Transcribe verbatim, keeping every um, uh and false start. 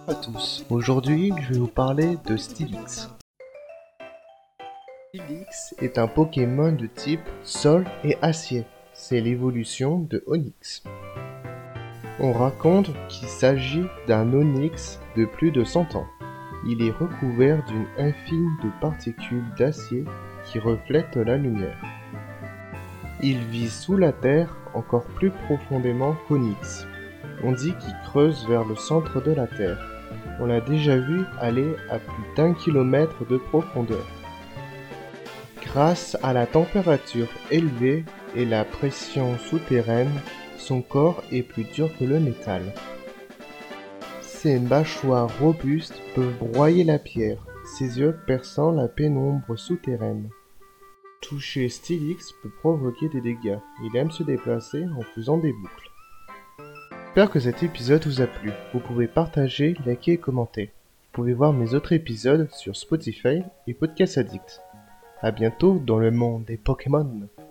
À tous, aujourd'hui je vais vous parler de Steelix. Steelix est un Pokémon de type Sol et Acier, c'est l'évolution de Onix. On raconte qu'il s'agit d'un Onix de plus de cent ans. Il est recouvert d'une infime de particules d'acier qui reflètent la lumière. Il vit sous la terre encore plus profondément qu'Onix. On dit qu'il creuse vers le centre de la terre. On l'a déjà vu aller à plus d'un kilomètre de profondeur. Grâce à la température élevée et la pression souterraine, son corps est plus dur que le métal. Ses mâchoires robustes peuvent broyer la pierre, ses yeux perçant la pénombre souterraine. Toucher Steelix peut provoquer des dégâts. Il aime se déplacer en faisant des boucles. J'espère que cet épisode vous a plu. Vous pouvez partager, liker et commenter. Vous pouvez voir mes autres épisodes sur Spotify et Podcast Addict. A bientôt dans le monde des Pokémon.